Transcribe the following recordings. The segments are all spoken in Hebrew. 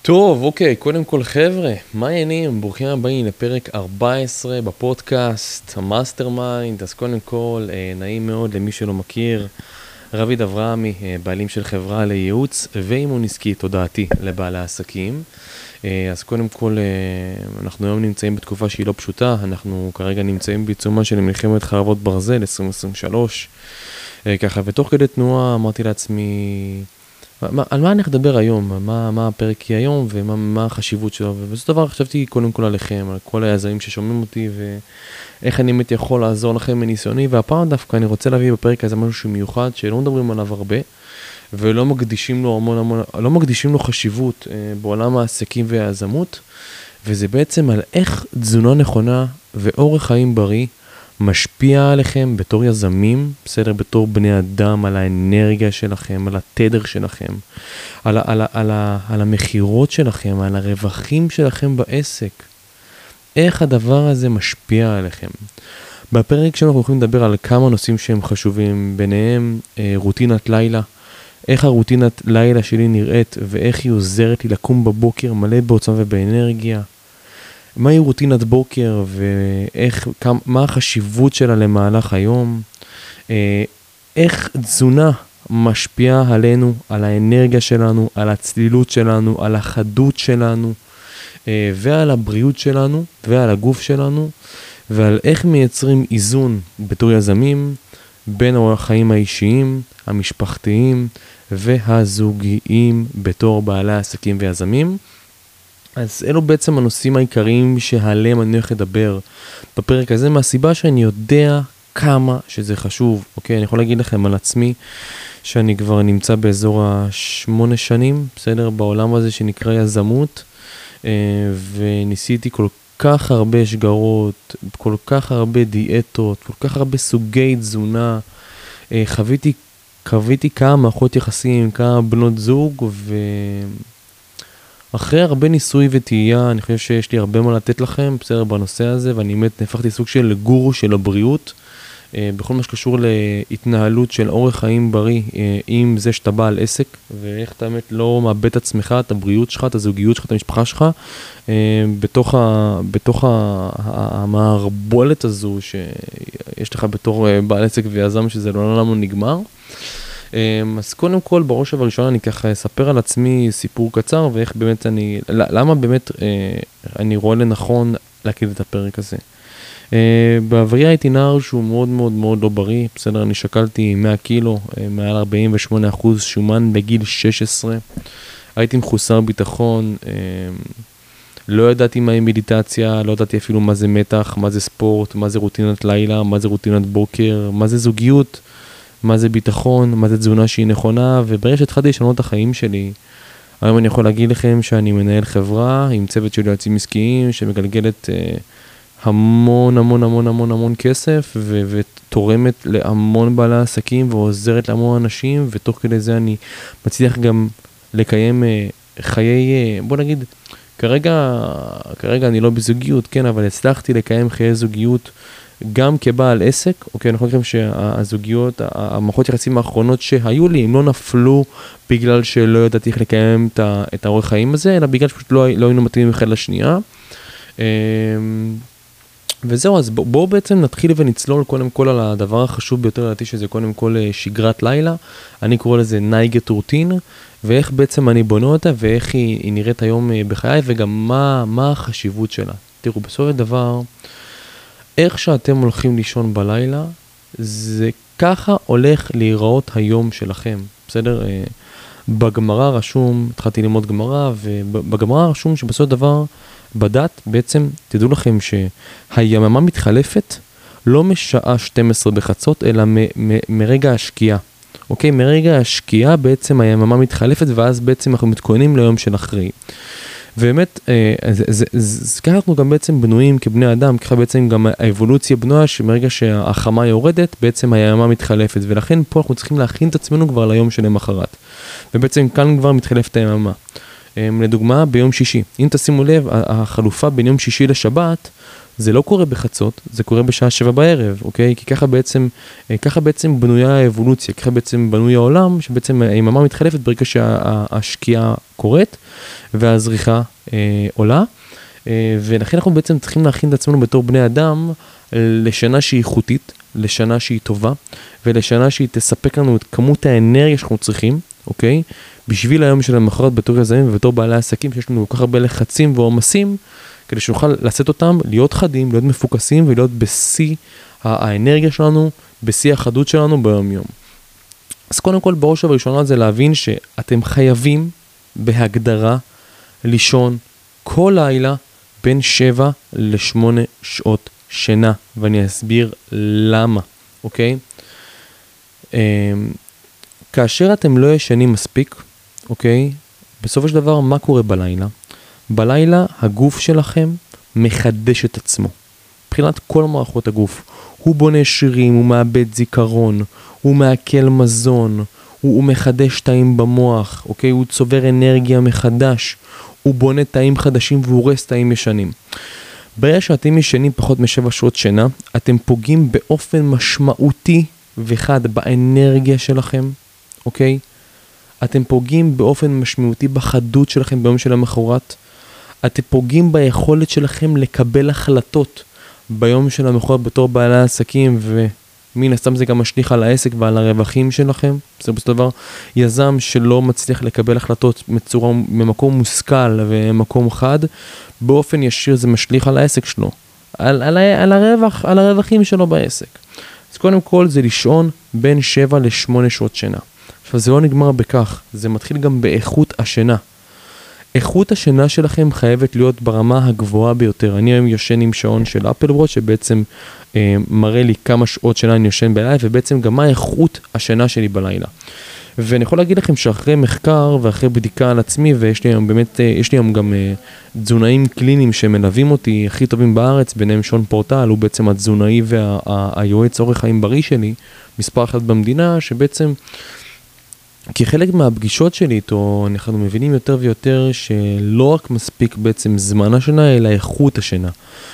טוב, אוקיי, קודם כל חבר'ה, מה העניינים? ברוכים הבאים לפרק 14 בפודקאסט, המאסטר מיינד. אז קודם כל, נעים מאוד למי שלא מכיר, רביד אברהמי, בעלים של חברה לייעוץ ואימון עסקי תודעתי לבעלי עסקים. אז קודם כל, אנחנו היום נמצאים בתקופה שהיא לא פשוטה, אנחנו כרגע נמצאים בעיצומה של מלחמת חרבות ברזל 2023. ככה, ותוך כדי תנועה אמרתי לעצמי, על מה אני אדבר היום, מה הפרק יהיה היום ומה החשיבות שלו, ובסופו דבר חשבתי קודם כל עליכם, על כל היזמים ששומעים אותי ואיך אני באמת יכול לעזור לכם מניסיוני, והפעם דווקא אני רוצה להביא בפרק הזה משהו מיוחד שלא מדברים עליו הרבה ולא מקדישים לו לא מקדישים לו חשיבות בעולם העסקים והיזמות, וזה בעצם על איך תזונה נכונה ואורח חיים בריא משפיע עליכם בתור יזמים, בסדר, בתור בני אדם, על האנרגיה שלכם, על התדר שלכם, על המחירות שלכם, על הרווחים שלכם בעסק. איך הדבר הזה משפיע עליכם. בפרק שאנחנו יכולים לדבר על כמה נושאים שהם חשובים, ביניהם רוטינת לילה, איך הרוטינת לילה שלי נראית ואיך היא עוזרת לי לקום בבוקר מלא בעוצמה ובאנרגיה. מהי רוטינת בוקר ומה החשיבות שלה למהלך היום, איך תזונה משפיעה עלינו, על האנרגיה שלנו, על הצלילות שלנו, על החדות שלנו, ועל הבריאות שלנו, ועל הגוף שלנו, ועל איך מייצרים איזון בתור יזמים, בין החיים האישיים, המשפחתיים והזוגיים בתור בעלי עסקים ויזמים. אז אלו בעצם הנושאים העיקריים שעליהם אני הולך לדבר בפרק הזה, מהסיבה שאני יודע כמה שזה חשוב. אוקיי, אני יכול להגיד לכם על עצמי שאני כבר נמצא באזור 8 שנים, בסדר, בעולם הזה שנקרא יזמות, וניסיתי כל כך הרבה שגרות, כל כך הרבה דיאטות, כל כך הרבה סוגי תזונה, חוויתי כמה מערכות יחסים, כמה בנות זוג, אחרי הרבה ניסוי וטעייה, אני חושב שיש לי הרבה מה לתת לכם, בסדר, בנושא הזה, ואני באמת נהפכתי סוג של גורו של הבריאות, בכל מה שקשור להתנהלות של אורח חיים בריא, עם זה שאתה בא על עסק, ואיך אתה באמת לא מאבד את עצמך, את הבריאות שלך, את הזוגיות שלך, את המשפחה שלך, בתוך המערבולת הזו שיש לך בתור בעל עסק ויזם, שזה לא נגמר. אז קודם כל, בראש ובראשונה אני ככה אספר על עצמי סיפור קצר, ואיך באמת למה באמת אני רואה לנכון להקליט את הפרק הזה. בעברי הייתי נער שהוא מאוד מאוד מאוד לא בריא, בסדר, אני שקלתי 100 קילו, מעל 48% שומן בגיל 16, הייתי מחוסר ביטחון, לא ידעתי מהי מדיטציה, לא ידעתי אפילו מה זה מתח, מה זה ספורט, מה זה רוטינת לילה, מה זה רוטינת בוקר, מה זה זוגיות, מה זה ביטחון, מה זה תזונה שהיא נכונה, וברגע שהתחלתי לשנות את החיים שלי, היום אני יכול להגיד לכם שאני מנהל חברה עם צוות של יועצים עסקיים, שמגלגלת המון המון המון המון המון כסף, ותורמת להמון בעלי עסקים, ועוזרת להמון אנשים, ותוך כדי זה אני מצליח גם לקיים חיי, בוא נגיד, כרגע אני לא בזוגיות, כן, אבל הצלחתי לקיים חיי זוגיות, גם כבעל עסק, אוקיי, אנחנו חושבים שהזוגיות, המערכות יחסים האחרונות שהיו לי, הם לא נפלו בגלל שלא ידעתי איך לקיים את האורח חיים הזה, אלא בגלל שפשוט לא היינו מתאימים אחד לשנייה. וזהו, אז בואו בעצם נתחיל ונצלול קודם כל על הדבר החשוב ביותר לדעתי, שזה קודם כל שגרת לילה, אני קורא לזה נייגט רוטין, ואיך בעצם אני בונה אותה, ואיך היא נראית היום בחיי, וגם מה החשיבות שלה. תראו, בסופו של דבר, איך שאתם הולכים לישון בלילה, זה ככה הולך להיראות היום שלכם, בסדר? בגמרא רשום, התחלתי ללמוד גמרא, ובגמרא רשום שבסופו של דבר, בדת בעצם, תדעו לכם שהיממה מתחלפת, לא משעה 12 בחצות, אלא מרגע השקיעה. אוקיי? מרגע השקיעה בעצם היממה מתחלפת, ואז בעצם אנחנו מתכוננים ליום של אחרי. ובאמת, ככה אנחנו גם בעצם בנויים כבני אדם, ככה בעצם גם האבולוציה בנויה, שמרגע שהחמה יורדת, בעצם היממה מתחלפת, ולכן פה אנחנו צריכים להכין את עצמנו כבר ליום שלמחרת. ובעצם כאן כבר מתחלפת היממה. לדוגמה, ביום שישי. אם תשימו לב, החלופה בין יום שישי לשבת, זה לא קורה בחצות, זה קורה בשעה 7 בערב, אוקיי? כי ככה בעצם בנויה האבולוציה, ככה בעצם בנוי העולם, שבעצם היממה מתחלפת ברגע שהשקיעה קורית, והזריחה עולה, ולכן אנחנו בעצם צריכים להכין את עצמנו בתור בני אדם לשנה שהיא איכותית, לשנה שהיא טובה, ולשנה שהיא תספק לנו את כמות האנרגיה שאנחנו צריכים, אוקיי? בשביל היום של המחרת בתור יזמים ובתור בעלי עסקים שיש לנו כל כך הרבה לחצים ועומסים, כדי שנוכל לשאת אותם, להיות חדים, להיות מפוקסים ולהיות בשיא האנרגיה שלנו, בשיא החדות שלנו ביום יום. אז קודם כל בראש ובראשונה זה להבין שאתם חייבים בהגדרה לישון כל לילה בין 7 ל-8 שעות שינה, ואני אסביר למה, אוקיי? כאשר אתם לא ישנים מספיק, אוקיי? בסופו של דבר, מה קורה בלילה? בלילה הגוף שלכם מחדש את עצמו. מבחינת כל מערכות הגוף. הוא בונה שרירים, הוא מאבד זיכרון, הוא מעכל מזון, הוא מחדש תאים במוח, אוקיי? הוא צובר אנרגיה מחדש, הוא בונה תאים חדשים והוא הורס תאים ישנים. ברגע שאתם ישנים פחות מ7 שעות שינה, אתם פוגעים באופן משמעותי וחד באנרגיה שלכם, אוקיי? אתם פוגעים באופן משמעותי בחדות שלכם ביום של המחרת. אתם פוגעים ביכולת שלכם לקבל החלטות ביום של המחרת בתור בעלי העסקים, ומן הסתם זה גם משליך על העסק ועל הרווחים שלכם. זה בסופו של דבר יזם שלא מצליח לקבל החלטות ממקום מושכל ומקום חד, באופן ישיר זה משליך על העסק שלו, על הרווחים שלו בעסק. אז קודם כל זה לישון בין 7 ל-8 שעות שינה. עכשיו זה לא נגמר בכך, זה מתחיל גם באיכות השינה. איכות השינה שלכם חייבת להיות ברמה הגבוהה ביותר. אני היום יושן עם שעון של אפל וואץ' שבעצם מראה לי כמה שעות שינה אני יושן בלילה, ובעצם גם מה איכות השינה שלי בלילה. ואני יכול להגיד לכם שאחרי מחקר ואחרי בדיקה על עצמי, ויש לי היום באמת, יש לי היום גם תזונאים קליניים שמלווים אותי הכי טובים בארץ, ביניהם שון פורטל, הוא בעצם התזונאי והיועץ אורח חיים בריא שלי, מספר אחת במדינה, שבעצם כחלק מהפגישות שלי איתו, אנחנו מבינים יותר ויותר שלא רק מספיק בעצם זמן השינה, אלא איכות השינה.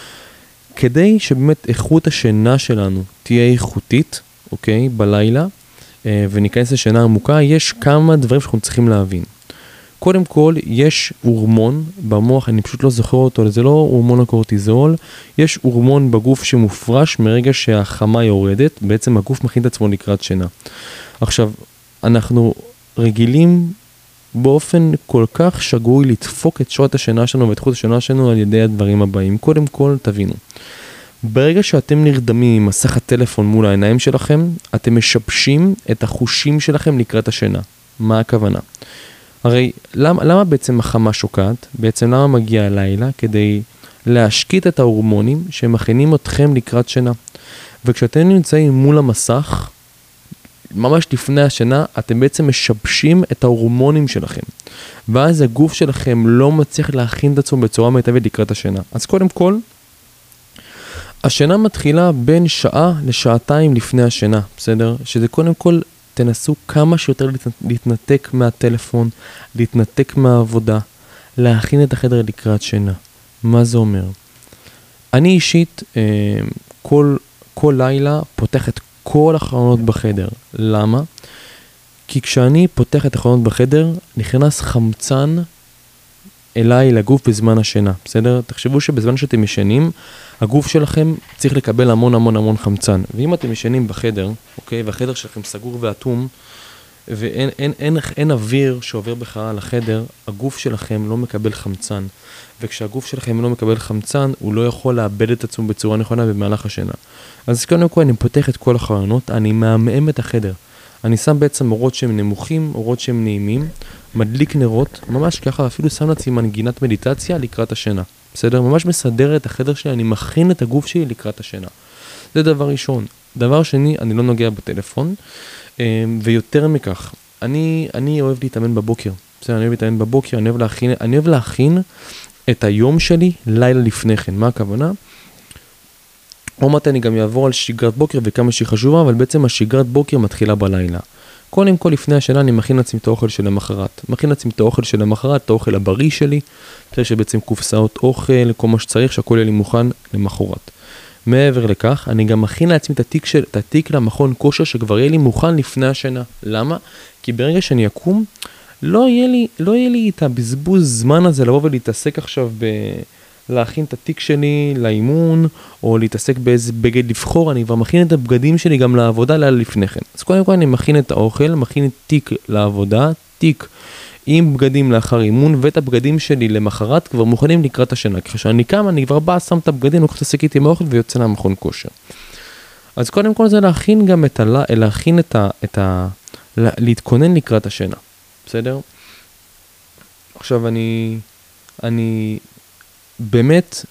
כדי שבאמת איכות השינה שלנו תהיה איכותית, אוקיי, בלילה, וניכנס לשינה עמוקה, יש כמה דברים שאנחנו צריכים להבין. קודם כל, יש הורמון במוח, אני פשוט לא זוכר אותו, זה לא הורמון הקורטיזול, יש הורמון בגוף שמופרש מרגע שהחמה יורדת, בעצם הגוף מכין את עצמו לקראת שינה. עכשיו, אנחנו רגילים באופן כל כך שגוי לדפוק את שעות השינה שלנו ואת איכות השינה שלנו על ידי הדברים הבאים. קודם כל, תבינו. ברגע שאתם נרדמים עם מסך הטלפון מול העיניים שלכם, אתם משבשים את החושים שלכם לקראת השינה. מה הכוונה? הרי למה בעצם החמה שוקעת? בעצם למה מגיע הלילה? כדי להשקיט את ההורמונים שמכינים אתכם לקראת שינה. וכשאתם נמצאים מול המסך, ממש לפני השינה, אתם בעצם משבשים את ההורמונים שלכם. ואז הגוף שלכם לא מצליח להכין את עצמו בצורה מיטבית לקראת השינה. אז קודם כל, השינה מתחילה בין שעה לשעתיים לפני השינה, בסדר? שזה קודם כל, תנסו כמה שיותר להתנתק מהטלפון, להתנתק מהעבודה, להכין את החדר לקראת שינה. מה זה אומר? אני אישית, כל לילה פותח את כל החלונות בחדר. למה? כי כשאני פותח את החלונות בחדר, נכנס חמצן אליי לגוף בזמן השינה, בסדר? תחשבו שבזמן שאתם ישנים, הגוף שלכם צריך לקבל המון המון המון חמצן. ואם אתם ישנים בחדר, אוקיי, והחדר שלכם סגור ואטום, ואין אוויר שעובר בחלל לחדר, הגוף שלכם לא מקבל חמצן. וכשהגוף שלכם לא מקבל חמצן, הוא לא יכול לאבד את עצמו בצורה נכונה במהלך השינה. אז קודם כל אני פותח את כל החלונות, אני מעמעם את החדר. אני שם בעצם אורות שהם נמוכים, אורות שהם נעימים, מדליק נרות, ממש ככה, אפילו שם לעצמי מנגינת מדיטציה לקראת השינה. בסדר? ממש מסדר את החדר שלי, אני מכין את הגוף שלי לקראת השינה. זה דבר ראשון. דבר שני, אני לא נוגע בטלפון, ויותר מכך, אני אוהב להתאמן בבוקר. בסדר, אני אוהב להתאמן בבוקר, אני אוהב להכין את היום שלי לילה לפני כן. מה הכוונה? עוד מעט אני גם אעבור על שגרת בוקר וכמה שהיא חשובה, אבל בעצם השגרת בוקר מתחילה בלילה. קודם כל לפני השינה אני מכין לעצמי את האוכל של המחרת. מכין לעצמי את האוכל של המחרת, את האוכל הבריא שלי, שבעצם קופסאות אוכל, כל מה שצריך, שהכל יהיה לי מוכן למחרת. מעבר לכך, אני גם מכין לעצמי את התיק למכון כושר שכבר יהיה לי מוכן לפני השינה. למה? כי ברגע שאני אקום, לא יהיה לי את הבזבוז זמן הזה לבוא ולהתעסק עכשיו להכין את התיק שלי לאימון, או להתעסק באיזה בגד לבחור, אני כבר מכין את הבגדים שלי גם לעבודה לילה לפני כן. אז קודם כל אני מכין את האוכל, מכין את תיק לעבודה, תיק עם בגדים לאחר אימון, ואת הבגדים שלי למחרת כבר מוכנים לקראת השינה. כשאני קם, אני כבר בא, שם את הבגדים, לוקח את השקית עם האוכל ויוצא למכון כושר. אז קודם כל זה להכין גם להתכונן לקראת השינה. בסדר? עכשיו אני באמת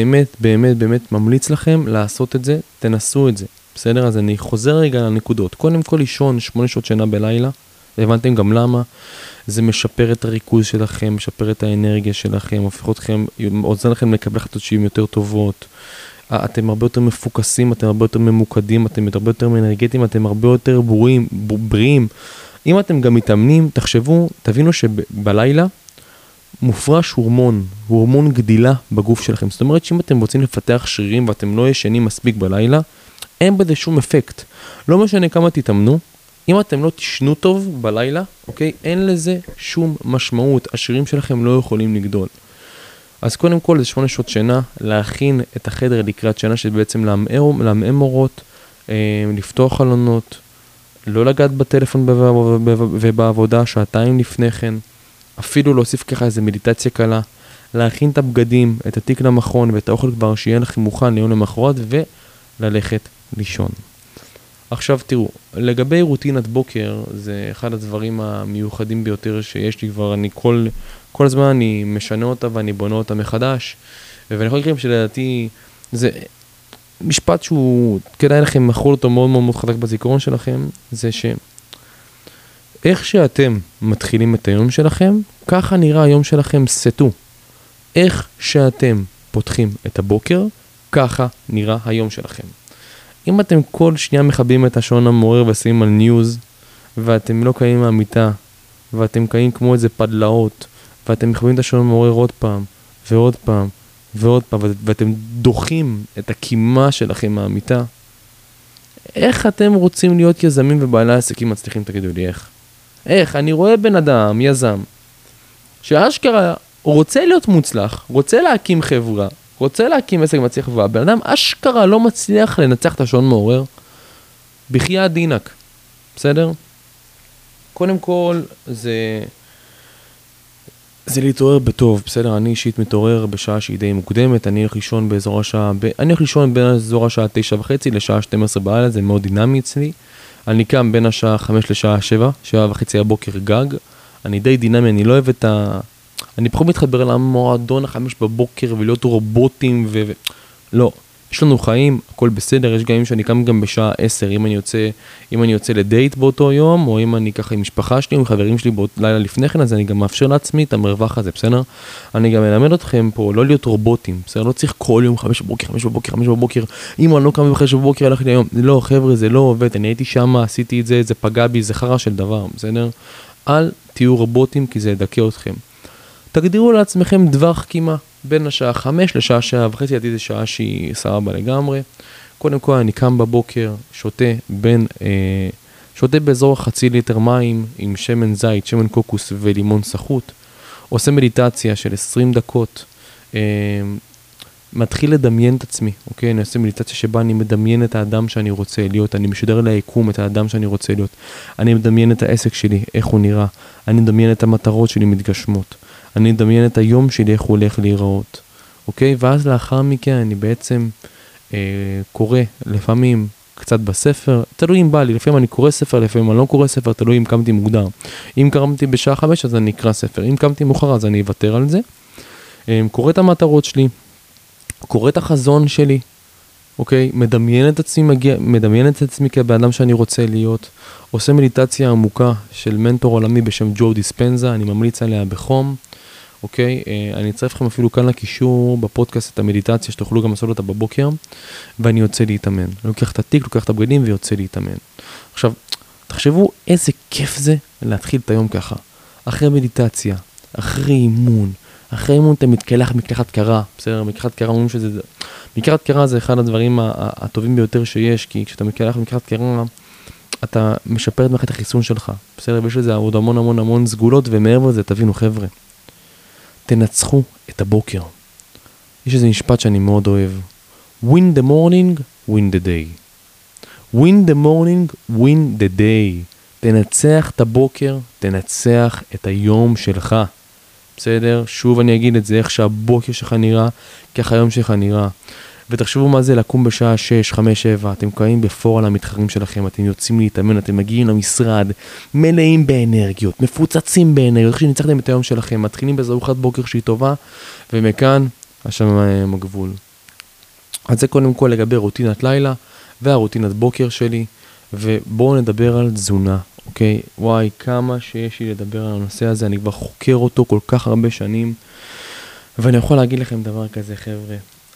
ממליץ לכם לעשות את זה, תנסו את זה. בסדר? אז אני חוזר רגע לנקודות. קודם כל לישון 8 שעות שינה בלילה, הבנתם גם למה? זה משפר את הריכוז שלכם, משפר את האנרגיה שלכם, עוזר לכם לקבל החלטות שהן יותר טובות. אתם הרבה יותר מפוקסים, אתם הרבה יותר ממוקדים, אתם הרבה יותר אנרגטיים, אתם הרבה יותר בריאים. אם אתם גם מתאמנים, תבינו שבלילה מופרש הורמון גדילה בגוף שלכם. זאת אומרת שאם אתם רוצים לפתח שרירים ואתם לא ישנים מספיק בלילה, אין בזה שום אפקט. לא משנה כמה תתאמנו, אם אתם לא תשנו טוב בלילה, אוקיי? אין לזה שום משמעות. השרירים שלכם לא יכולים לגדול. אז קודם כל, זה 8 שעות שינה, להכין את החדר לקראת שינה, שבעצם לעמעם אורות, לפתוח חלונות, לא לגעת בטלפון ובעבודה, שעתיים לפני כן, אפילו להוסיף ככה איזה מדיטציה קלה, להכין את הבגדים, את התיק למכון ואת האוכל כבר שיהיה לכם מוכן ליום למחרת, וללכת לישון. עכשיו תראו, לגבי רוטינת בוקר, זה אחד הדברים המיוחדים ביותר שיש לי כבר, אני כל הזמן אני משנה אותה ואני בונה אותה מחדש, ואני יכול לקרוא שלדעתי, זה משפט שהוא כדאי לכם לחול אותו מאוד מאוד חזק בזיכרון שלכם, זה איך שאתם מתחילים את היום שלכם, ככה נראה היום שלכם סטו. איך שאתם פותחים את הבוקר, ככה נראה היום שלכם. אם אתם כל שנייה מכבים את השעון המעורר ושמים על ניוז, ואתם לא קיימים מהמיטה, ואתם קיימים כמו איזה פדלאות, ואתם מכבים את השעון המעורר עוד פעם, ועוד פעם, ועוד פעם, ואתם דוחים את הקימה שלכם מהמיטה, איך אתם רוצים להיות יזמים ובעלי עסקים מצליחים? תגידו לי, איך? אני רואה בן אדם, יזם, שאשכרה רוצה להיות מוצלח, רוצה להקים חברה, רוצה להקים עסק מצליח, והבן אדם אשכרה לא מצליח לנצח את השעון מעורר, בחייאת דינק, בסדר? קודם כל, זה להתעורר בטוב, בסדר? אני אישית מתעורר בשעה שהיא די מוקדמת, אני הולך לישון בין אזור השעה 9:30 לשעה 12 בלילה, זה מאוד דינמי אצלי. אני קם בין השעה 5 לשעה 7, 7:30 הבוקר גג. אני די דינמי, אני לא אוהב אני פחות מתחבר למועדון 5 בבוקר ולהיות רובוטים לא. יש לנו חיים, הכל בסדר, יש גם שאני קם גם בשעה 10, אם אני יוצא לדייט באותו יום, או אם אני ככה עם משפחה שלי, עם חברים שלי לילה לפני כן, אז אני גם מאפשר לעצמי את המרווח הזה, בסדר? אני גם מלמד אתכם פה, לא להיות רובוטים, בסדר? לא צריך כל יום 5 בבוקר, אם אני לא קם ב5 בבוקר, הלך לי היום, לא, חבר'ה, זה לא עובד, אני הייתי שם, עשיתי את זה, זה פגע בי, זה חרא של דבר, בסדר? אל תהיו רובוטים, כי זה ידכא אתכם. תגדירו לעצמכם דווח קימה, בין השעה 5 לשעה 7:30, עתיד זה שעה שהיא סבבה לגמרי. קודם כל אני קם בבוקר, שותה באזור 0.5 ליטר מים עם שמן זית, שמן קוקוס ולימון סחוט, עושה מדיטציה של 20 דקות, מתחיל לדמיין את עצמי, אוקיי? אני עושה מדיטציה שבה אני מדמיין את האדם שאני רוצה להיות, אני משדר ליקום את האדם שאני רוצה להיות, אני מדמיין את העסק שלי, איך הוא נראה, אני מדמיין את המטרות שלי מתגשמות, אני מדמיין את היום שלי, איך הוא הולך להיראות, אוקיי? ואז לאחר מכן אני בעצם קורא לפעמים קצת בספר, תלוי אם בא לי, לפעמים אני קורא ספר, לפעמים אני לא קורא ספר, תלוי אם קמתי מוקדם. אם קמתי בשעה 5 אז אני אקרא ספר, אם קמתי מאוחר אז אני אוותר על זה. קורא את המטרות שלי, קורא את החזון שלי, אוקיי? מדמיין את עצמי כבאדם שאני רוצה להיות, עושה מדיטציה עמוקה של מנטור עולמי בשם ג'ו דיספנזה, אני ממליץ עליה בחום, אוקיי? אני אצרף לכם אפילו כאן לקישור בפודקאסט את המדיטציה, שתוכלו גם לעשות אותה בבוקר, ואני יוצא להתאמן. אני לוקח את התיק, לוקח את הבגדים ויוצא להתאמן. עכשיו, תחשבו איזה כיף זה להתחיל את היום ככה. אחרי מדיטציה, אחרי אימון אתה מתקלח מקלחת קרה, בסדר? מקלחת קרה אומרים שזה... מקלחת קרה זה אחד הדברים הטובים ביותר שיש, כי כשאתה מקלח מקלחת קרה, אתה משפר את מערכת החיסון שלך, בסדר? ויש לזה עוד המון המון המון סגולות, ומעבר לזה, תבינו חבר'ה, תנצחו את הבוקר. יש איזה משפט שאני מאוד אוהב. Win the morning, win the day. Win the morning, win the day. תנצח את הבוקר, תנצח את היום שלך. בסדר? שוב אני אגיד את זה, איך שהבוקר שלך נראה, ככה היום שלך נראה. ותחשבו מה זה לקום בשעה 6, 5, 7, אתם קיים בפור על המתחרים שלכם, אתם יוצאים להתאמן, אתם מגיעים למשרד, מלאים באנרגיות, מפוצצים באנרגיות, איך שניצחתם את היום שלכם, מתחילים באיזו ארוחת בוקר שהיא טובה, ומכאן, השמיים הגבול. אז זה קודם כל לגבי רוטינת לילה, והרוטינת בוקר שלי, ובואו נדבר על תזונה, אוקיי? וואי, כמה שיש לי לדבר על הנושא הזה, אני כבר חוקר אותו כל כך הרבה שנים, ואני יכול להגיד לכם דבר כזה, חבר'ה.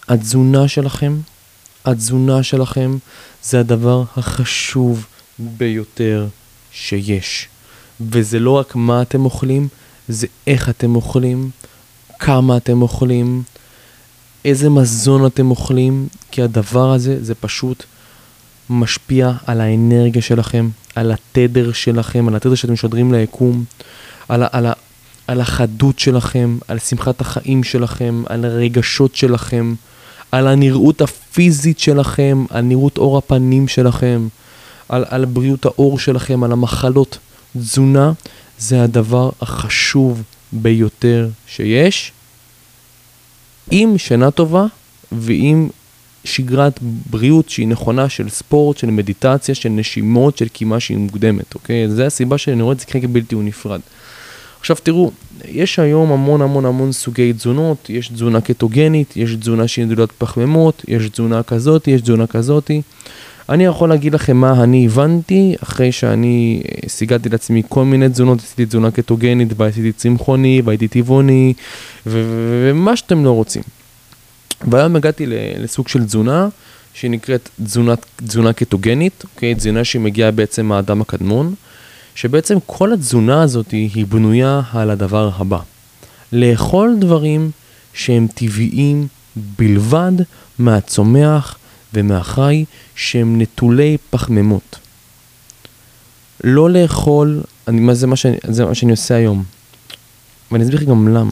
התזונה שלכם זה הדבר החשוב ביותר שיש. וזה לא רק מה אתם אוכלים, זה איך אתם אוכלים, כמה אתם אוכלים, איזה מזון אתם אוכלים, כי הדבר הזה זה פשוט משפיע על האנרגיה שלכם, על התדר שלכם, על התדר שאתם משדרים ליקום, על החדות שלכם, על שמחת החיים שלכם, על הרגשות שלכם, על הנראות הפיזית שלכם, על נראות אור הפנים שלכם, על בריאות האור שלכם, על המחלות. תזונה זה הדבר החשוב ביותר שיש, עם שינה טובה ועם שגרת בריאות שהיא נכונה, של ספורט, של מדיטציה, של נשימות, של קימה שהיא מוקדמת, אוקיי? זה הסיבה שאני רואה את זה כחלק בלתי נפרד. עכשיו תראו, יש היום המון המון המון סוגי תזונות, יש תזונה קטוגנית, יש תזונה שהיא נטולת פחמימות, יש תזונה כזאת, יש תזונה כזאת. אני יכול להגיד לכם מה אני הבנתי, אחרי שאני סיגלתי לעצמי כל מיני תזונות, עשיתי תזונה קטוגנית, ועשיתי צמחוני, והייתי טבעוני, ומה שאתם לא רוצים. והיום הגעתי לסוג של תזונה, שהיא נקראת תזונה קטוגנית, אוקיי? תזונה שמגיעה בעצם מהאדם הקדמון, שבעצם כל התזונה הזאת היא בנויה על הדבר הבא. לאכול דברים שהם טבעיים בלבד מהצומח ומהחי, שהם נטולי פחמימות. לא לאכול, זה מה שאני עושה היום. ואני אסביר גם למה.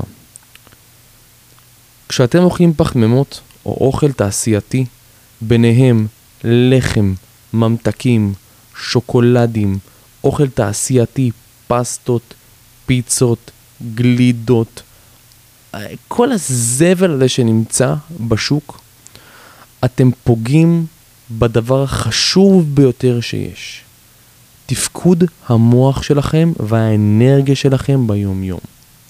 כשאתם אוכלים פחמימות או אוכל תעשייתי, ביניהם לחם, ממתקים, שוקולדים, אוכל תעשייתי, פסטות, פיצות, גלידות, כל הזבל הזה שנמצא בשוק, אתם פוגעים בדבר החשוב ביותר שיש. תפקוד המוח שלכם והאנרגיה שלכם ביום יום.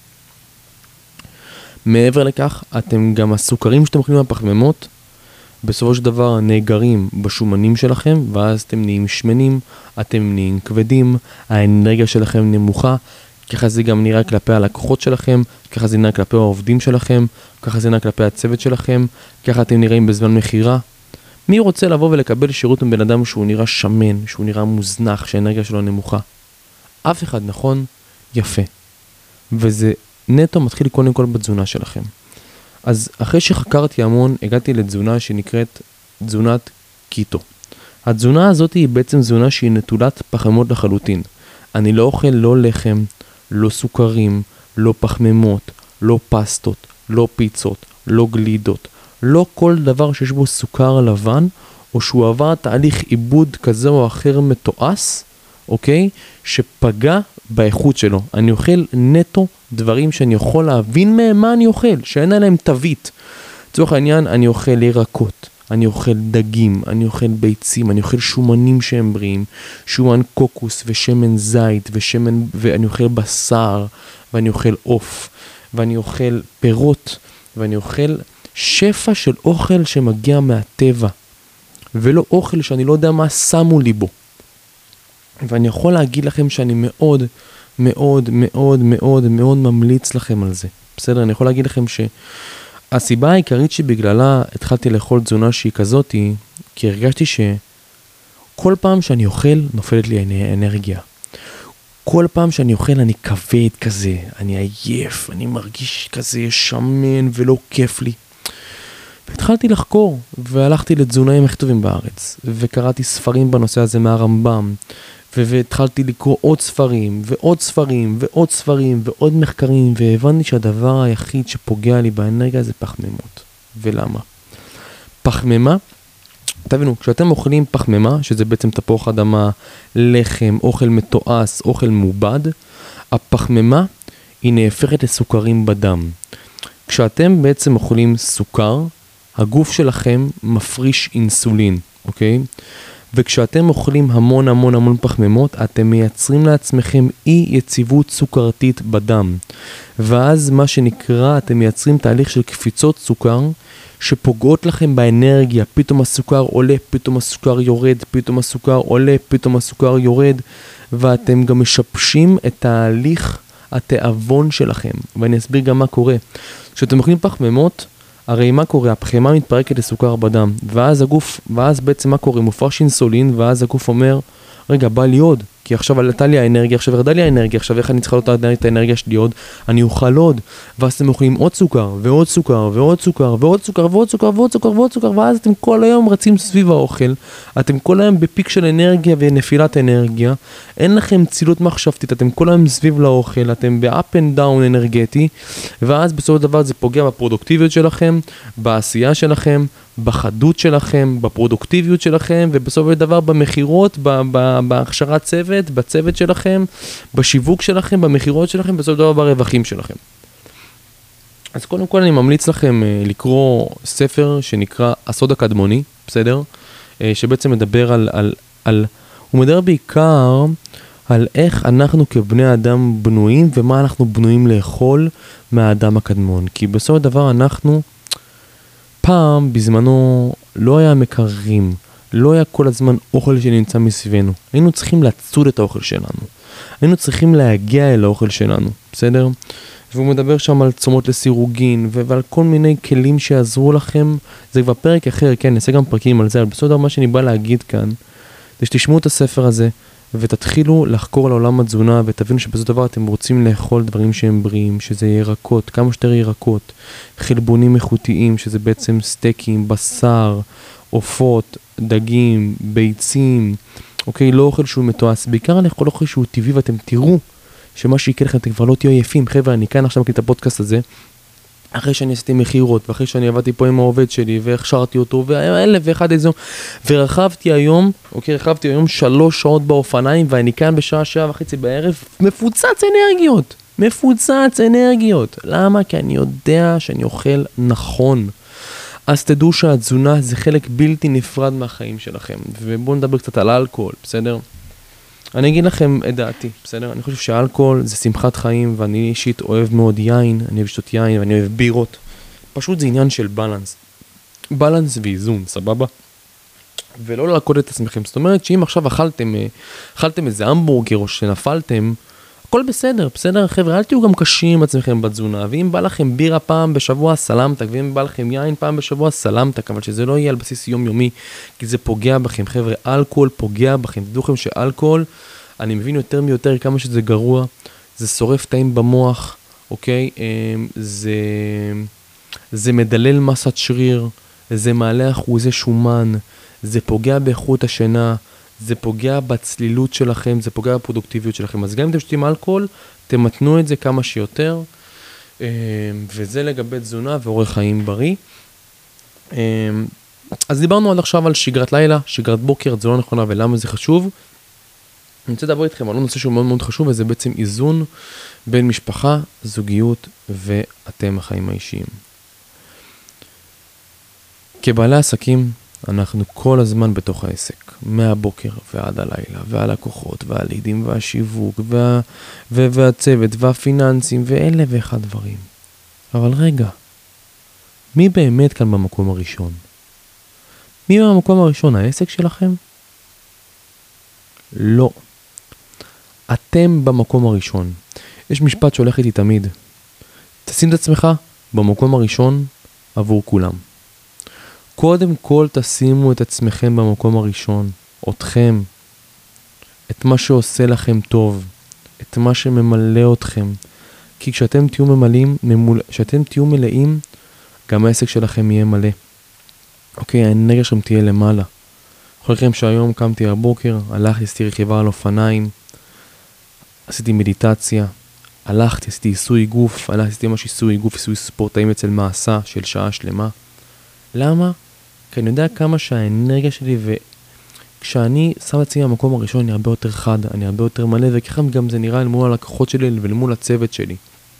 מעבר לכך, אתם גם הסוכרים שאתם אוכלים מהפחמימות, בסופו של דבר נאגרים בשומנים שלכם, ואז אתם נהיים שמנים, אתם נהיים כבדים, האנרגיה שלכם נמוכה, ככה זה גם נראה כלפי הלקוחות שלכם, ככה זה נראה כלפי העובדים שלכם, ככה זה נראה כלפי הצוות שלכם, ככה אתם נראים בזמן מחירה. מי רוצה לבוא ולקבל שירות מבן אדם שהוא נראה שמן, שהוא נראה מוזנח, שהאנרגיה שלו נמוכה? אף אחד, נכון? יפה. וזה נטו מתחיל קודם כל בתזונה שלכם. אז אחרי שחקרתי המון, הגעתי לתזונה שנקראת תזונת קיטו. התזונה הזאת היא בעצם תזונה שהיא נטולת פחמימות לחלוטין. אני לא אוכל לא לחם, לא סוכרים, לא פחמימות, לא פסטות, לא פיצות, לא גלידות, לא כל דבר שיש בו סוכר לבן, או שהוא עבר תהליך עיבוד כזה או אחר מתועש, אוקיי? שפגע באיכות שלו. אני אוכל נטו דברים שאני יכול להבין מהם מה אני אוכל, שאין עליהם תווית. לצורך העניין, אני אוכל ירקות, אני אוכל דגים, אני אוכל ביצים, אני אוכל שומנים שהם בריאים, שומן קוקוס ושמן זית ואני אוכל בשר, ואני אוכל עוף, ואני אוכל פירות, ואני אוכל שפע של אוכל שמגיע מהטבע, ולא אוכל שאני לא יודע מה שמו לי בו. ואני יכול להגיד לכם שאני מאוד מאוד מאוד מאוד מאוד ממליץ לכם על זה. בסדר, אני יכול להגיד לכם שהסיבה העיקרית שבגללה התחלתי לאכול תזונה שהיא כזאת, כי הרגשתי שכל פעם שאני אוכל נופלת לי אנרגיה. כל פעם שאני אוכל אני כבד כזה, אני עייף, אני מרגיש כזה שמן ולא כיף לי. התחלתי לחקור, והלכתי לתזונאים הכי טובים בארץ, וקראתי ספרים בנושא הזה מהרמב"ם, והתחלתי לקרוא עוד ספרים, ועוד ספרים, ועוד ספרים, ועוד מחקרים, והבנתי שהדבר היחיד שפוגע לי באנרגיה זה פחמימות. ולמה? פחמימה, תבינו, כשאתם אוכלים פחמימה, שזה בעצם תפוח אדמה, לחם, אוכל מתועש, אוכל מעובד, הפחמימה היא נהפכת לסוכרים בדם. כשאתם בעצם אוכלים סוכר, הגוף שלכם מפריש אינסולין, אוקיי? וכשאתם אוכלים המון המון המון פחמימות, אתם מייצרים לעצמכם אי יציבות סוכרתית בדם. ואז מה שנקרא, אתם מייצרים תהליך של קפיצות סוכר, שפוגעות לכם באנרגיה. פתאום הסוכר עולה, פתאום הסוכר יורד, פתאום הסוכר עולה, פתאום הסוכר יורד, ואתם גם משבשים את תהליך התיאבון שלכם. ואני אסביר גם מה קורה. כשאתם אוכלים פחמימות, הרי מה קורה? הפחמימה מתפרקת לסוכר בדם, ואז בעצם מה קורה? מופרש אינסולין, ואז הגוף אומר, רגע, בא לי עוד, כי עכשיו עלתה לי האנרגיה, עכשיו ירדה לי האנרגיה, עכשיו איך אני צריכה לעלות את האנרגיה שלי עוד? אני אוכל עוד, ואז אתם אוכלים עוד סוכר, ועוד סוכר, ועוד סוכר, ועוד סוכר, ועוד סוכר, ועוד סוכר, ועוד סוכר, ואז אתם כל היום רצים סביב האוכל, אתם כל היום בפיק של אנרגיה ונפילת אנרגיה, אין לכם צילות מחשבתית, אתם כל היום סביב לאוכל, אתם ב-up and down אנרגטי, ואז בסופו של דבר זה פוגע בפרודוקטיביות שלכם, בעשייה שלכם, בחדות שלכם, בפרודוקטיביות שלכם, ובסופו של דבר במחירות, בהכשרת צוות, בצוות שלכם, בשיווק שלכם, במחירות שלכם, בסופו של דבר ברווחים שלכם. אז קודם כל אני ממליץ לכם לקרוא ספר שנקרא הסוד הקדמוני, בסדר? שבעצם מדבר הוא מדבר בעיקר על איך אנחנו כבני אדם בנויים, ומה אנחנו בנויים לאכול מהאדם הקדמון. כי בסופו של דבר אנחנו פעם, בזמנו, לא היה מקררים, לא היה כל הזמן אוכל שנמצא מסביבנו. היינו צריכים לצוד את האוכל שלנו. היינו צריכים להגיע אל האוכל שלנו, בסדר? והוא מדבר שם על צומות לסירוגין, ועל כל מיני כלים שיעזרו לכם. זה כבר פרק אחר, כן, נעשה גם פרקים על זה, אבל בסדר, מה שאני בא להגיד כאן, זה שתשמעו את הספר הזה, ותתחילו לחקור על עולם התזונה, ותבינו שבסופו של דבר אתם רוצים לאכול דברים שהם בריאים, שזה ירקות, כמה שיותר ירקות, חלבונים איכותיים, שזה בעצם סטייקים, בשר, עופות, דגים, ביצים, אוקיי, לא אוכל שהוא מתועש, בעיקר לאכול אוכל שהוא טבעי, ואתם תראו שמה שיקרה לכם, אתם כבר לא תהיו עייפים. חבר'ה, אני כאן עכשיו מקליט את הפודקאסט הזה, אחרי שאני עשיתי מחירות, ואחרי שאני עבדתי פה עם העובד שלי, והכשרתי אותו, ואלף ואחד איזו, ורכבתי היום 3 שעות באופניים, ואני כאן בשעה 7:30 בערב, מפוצץ אנרגיות. למה? כי אני יודע שאני אוכל נכון. אז תדעו שהתזונה זה חלק בלתי נפרד מהחיים שלכם. ובואו נדבר קצת על אלכוהול, בסדר? אני אגיד לכם את דעתי, בסדר? אני חושב שאלכוהול זה שמחת חיים, ואני אישית אוהב מאוד יין, אני אוהב לשתות יין, ואני אוהב בירות. פשוט זה עניין של בלנס. בלנס ואיזון, סבבה? ולא להקוד את עצמכם. זאת אומרת שאם עכשיו אכלתם איזה המבורגר או שנפלתם, הכל בסדר, בסדר חבר'ה, אל תהיו גם קשים עם עצמכם בתזונה, ואם בא לכם בירה פעם בשבוע סלמתק, ואם בא לכם יין פעם בשבוע סלמתק, אבל שזה לא יהיה על בסיס יומיומי, כי זה פוגע בכם, חבר'ה, אלכוהול פוגע בכם, תדעו לכם שאלכוהול, אני מבין יותר מיותר כמה שזה גרוע, זה שורף תאים במוח, אוקיי, זה מדלל מסת שריר, זה מעלה אחוזי שומן, זה פוגע באיכות השינה, זה פוגע בצלילות שלכם, זה פוגע בפרודוקטיביות שלכם. אז גם אם אתם שותים אלכוהול, תמתנו את זה כמה שיותר, וזה לגבי תזונה ואורח חיים בריא. אז דיברנו עד עכשיו על שגרת לילה, שגרת בוקר, תזונה נכונה ולמה זה חשוב. אני רוצה לדבר איתכם על נושא שהוא מאוד מאוד חשוב, וזה בעצם איזון בין משפחה, זוגיות ואתם החיים האישיים. כבעלי עסקים, אנחנו כל הזמן בתוך העסק, מהבוקר ועד הלילה, והלקוחות, והלידים, והשיווק, והצוות, והפיננסים, ואלה ואחד דברים. אבל רגע, מי באמת כאן במקום הראשון? מי במקום הראשון? העסק שלכם? לא. אתם במקום הראשון. יש משפט שהולך איתי תמיד. תשים את עצמך במקום הראשון עבור כולם. קודם כל תשימו את עצמכם במקום הראשון, אתכם, את מה שעושה לכם טוב, את מה שממלא אתכם. כי כשאתם תהיו מלאים, גם העסק שלכם יהיה מלא. אוקיי, האנרגיה שלכם תהיה למעלה. יכול לכם שהיום קמתי הבוקר, הלכתי, עשיתי רכיבה על אופניים, עשיתי מדיטציה, הלכתי, עשיתי עיסוי גוף, עשיתי ממש עיסוי גוף, עיסוי ספורטאים אצל מעשה של שעה שלמה. למה? כי אני יודע כמה שהאנרגיה שלי, וכשאני שם את עצמי במקום הראשון, אני הרבה יותר חד, אני הרבה יותר מלא, וככה גם זה נראה אל מול הלקוחות שלי ואל מול הצוות שלי.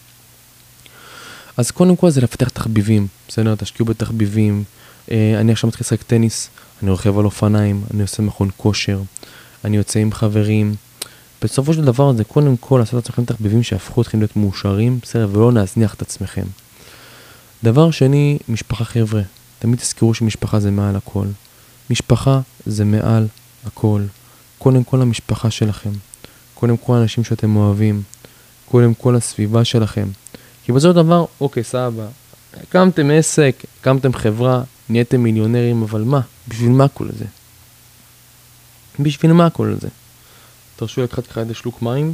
אז קודם כל זה לפתח תחביבים, בסדר? תשקיעו בתחביבים. אני עכשיו מתחיל לשחק טניס, אני רוכב על אופניים, אני עושה מכון כושר, אני יוצא עם חברים. בסופו של דבר זה קודם כל לעשות לעצמכם תחביבים שהפכו אתכם להיות מאושרים, בסדר? ולא להזניח את עצמכם. דבר שני, משפחה חבר'ה. תמיד תזכרו שמשפחה זה מעל הכל. משפחה זה מעל הכל. קודם כל המשפחה שלכם. קודם כל האנשים שאתם אוהבים. קודם כל הסביבה שלכם. כי בסופו של דבר, אוקיי, סבא, הקמתם עסק, הקמתם חברה, נהייתם מיליונרים, אבל מה? בשביל מה כל זה? בשביל מה כל זה? תרשו לקחת ככה איזה שלוק מים.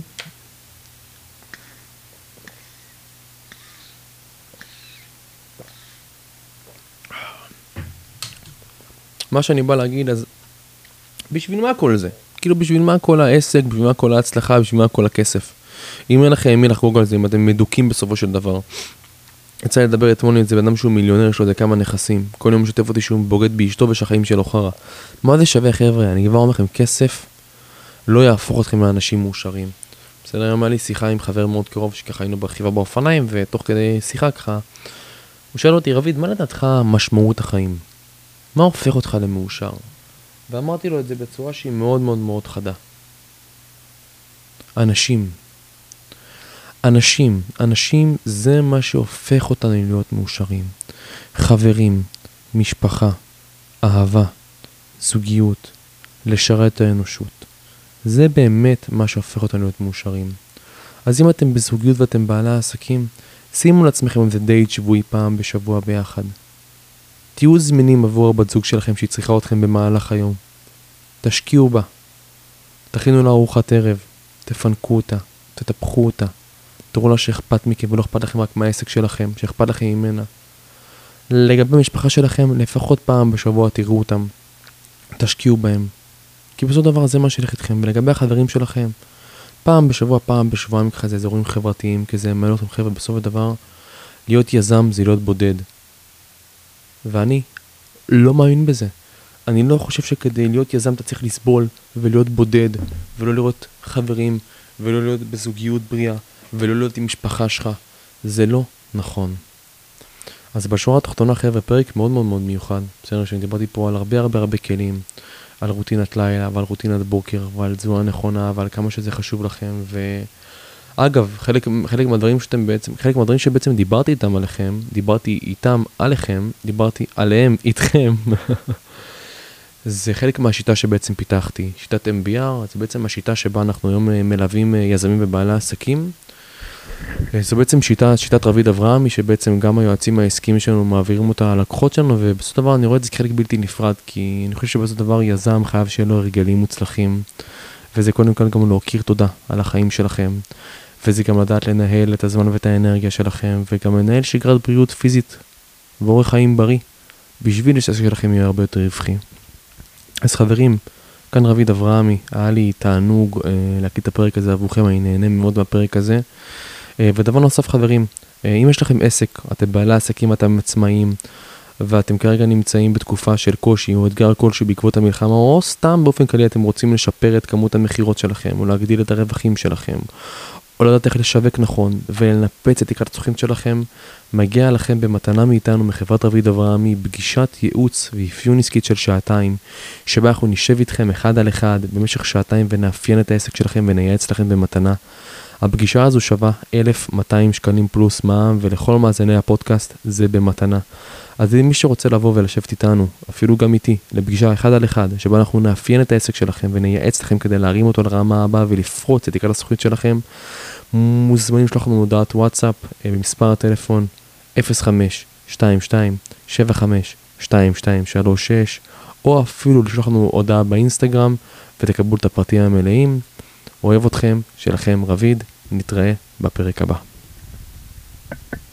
מה שאני בא להגיד, אז בשביל מה כל זה? כאילו בשביל מה כל העסק, בשביל מה כל ההצלחה, בשביל מה כל הכסף? אם אין לכם מי לחגוג על זה, אם אתם מדוקים בסופו של דבר. יצא לדבר אתמול את זה, בן אדם שהוא מיליונר, יש לו כמה נכסים. כל יום משתף אותי שהוא בוגד באשתו ושהחיים שלו חרא. מה זה שווה חבר'ה? אני כבר אומר לכם, כסף לא יהפוך אתכם לאנשים מאושרים. בסדר, היום היה לי שיחה עם חבר מאוד קרוב שככה היינו ברכיבה באופניים, ותוך כדי שיחה ככה, הוא שאל אותי, רביד, מה לדעתך משמעות החיים? מה הופך אותך למאושר? ואמרתי לו את זה בצורה שהיא מאוד מאוד מאוד חדה. אנשים זה מה שהופך אותנו להיות מאושרים. חברים, משפחה, אהבה, זוגיות, לשרת את האנושות. זה באמת מה שהופך אותנו להיות מאושרים. אז אם אתם בזוגיות ואתם בעלי העסקים, שימו לעצמכם איזה דייט שבועי פעם בשבוע ביחד. תהיו זמינים עבור הבת זוג שלכם שהיא צריכה אתכם במהלך היום. תשקיעו בה. תכינו לה ארוחת ערב. תפנקו אותה. תטפחו אותה. תראו לה שאכפת מכם ולא אכפת לכם רק מהעסק שלכם, שאכפת לכם ממנה. לגבי המשפחה שלכם, לפחות פעם בשבוע תראו אותם. תשקיעו בהם. כי בסופו של דבר זה מה שילך איתכם. ולגבי החברים שלכם, פעם בשבוע, פעם בשבועיים ככה זה אזורים חברתיים, כי זה מעלה אותם חבר'ה. בסופו של דבר, להיות יזם זה להיות בודד. ואני לא מאמין בזה. אני לא חושב שכדי להיות יזם אתה צריך לסבול ולהיות בודד, ולא לראות חברים, ולא להיות בזוגיות בריאה, ולא להיות עם משפחה שלך. זה לא נכון. אז בשורה התחתונה חבר'ה, פרק מאוד מאוד מאוד מיוחד. בסדר, שאני דיברתי פה על הרבה כלים, על רוטינת לילה, ועל רוטינת בוקר, ועל תזונה נכונה, ועל כמה שזה חשוב לכם. אגב, חלק מהדברים שבעצם דיברתי איתם עליכם, דיברתי איתם עליכם, דיברתי עליהם איתכם. זה חלק מהשיטה שבעצם פיתחתי. שיטת MBR, זה בעצם השיטה שבה אנחנו היום מלווים יזמים ובעלי עסקים. זו בעצם שיטת רביד אברהמי, שבעצם גם היועצים העסקיים שלנו מעבירים אותה על לקוחות שלנו, ובסופו של דבר אני רואה את זה כחלק בלתי נפרד, כי אני חושב שבסופו של דבר יזם חייב שיהיה לו הרגלים מוצלחים, וזה קודם כל גם להכיר תודה על החיים שלכם, וזה גם לדעת לנהל את הזמן ואת האנרגיה שלכם, וגם לנהל שגרת בריאות פיזית ואורח חיים בריא, בשביל שהעסק שלכם יהיה הרבה יותר רווחי. אז חברים, כאן רביד אברהמי, היה לי תענוג להקליט את הפרק הזה עבורכם, אני נהנה מאוד מהפרק הזה. ודבר נוסף חברים, אם יש לכם עסק, אתם בעלי עסקים, אתם עצמאים, ואתם כרגע נמצאים בתקופה של קושי או אתגר כלשהו בעקבות המלחמה, או סתם באופן כללי אתם רוצים לשפר את כמות המחירות שלכם, או להגדיל את הרווחים שלכם, או לדעת איך לשווק נכון, ולנפץ את תקרת הצרכים שלכם, מגיע לכם במתנה מאיתנו מחברת רביד אברהמי, פגישת ייעוץ ואפיון עסקית של שעתיים, שבה אנחנו נשב איתכם אחד על אחד במשך שעתיים ונאפיין את העסק שלכם ונייעץ לכם במתנה. הפגישה הזו שווה 1,200 שקלים פלוס מע"מ, ולכל מאזיני הפודקאסט זה במתנה. אז מי שרוצה לבוא ולשבת איתנו, אפילו גם איתי, לפגישה אחד על אחד, שבה אנחנו נאפיין את העסק שלכם ונייעץ לכם כדי להרים אותו לרמה הבאה ולפרוץ את תקרת הזכוכית שלכם, מוזמנים לשלוח לנו הודעת וואטסאפ במספר הטלפון 0522752236, או אפילו לשלוח לנו הודעה באינסטגרם ותקבלו את הפרטים המלאים. אוהב אתכם, שלכם רביד, נתראה בפרק הבא.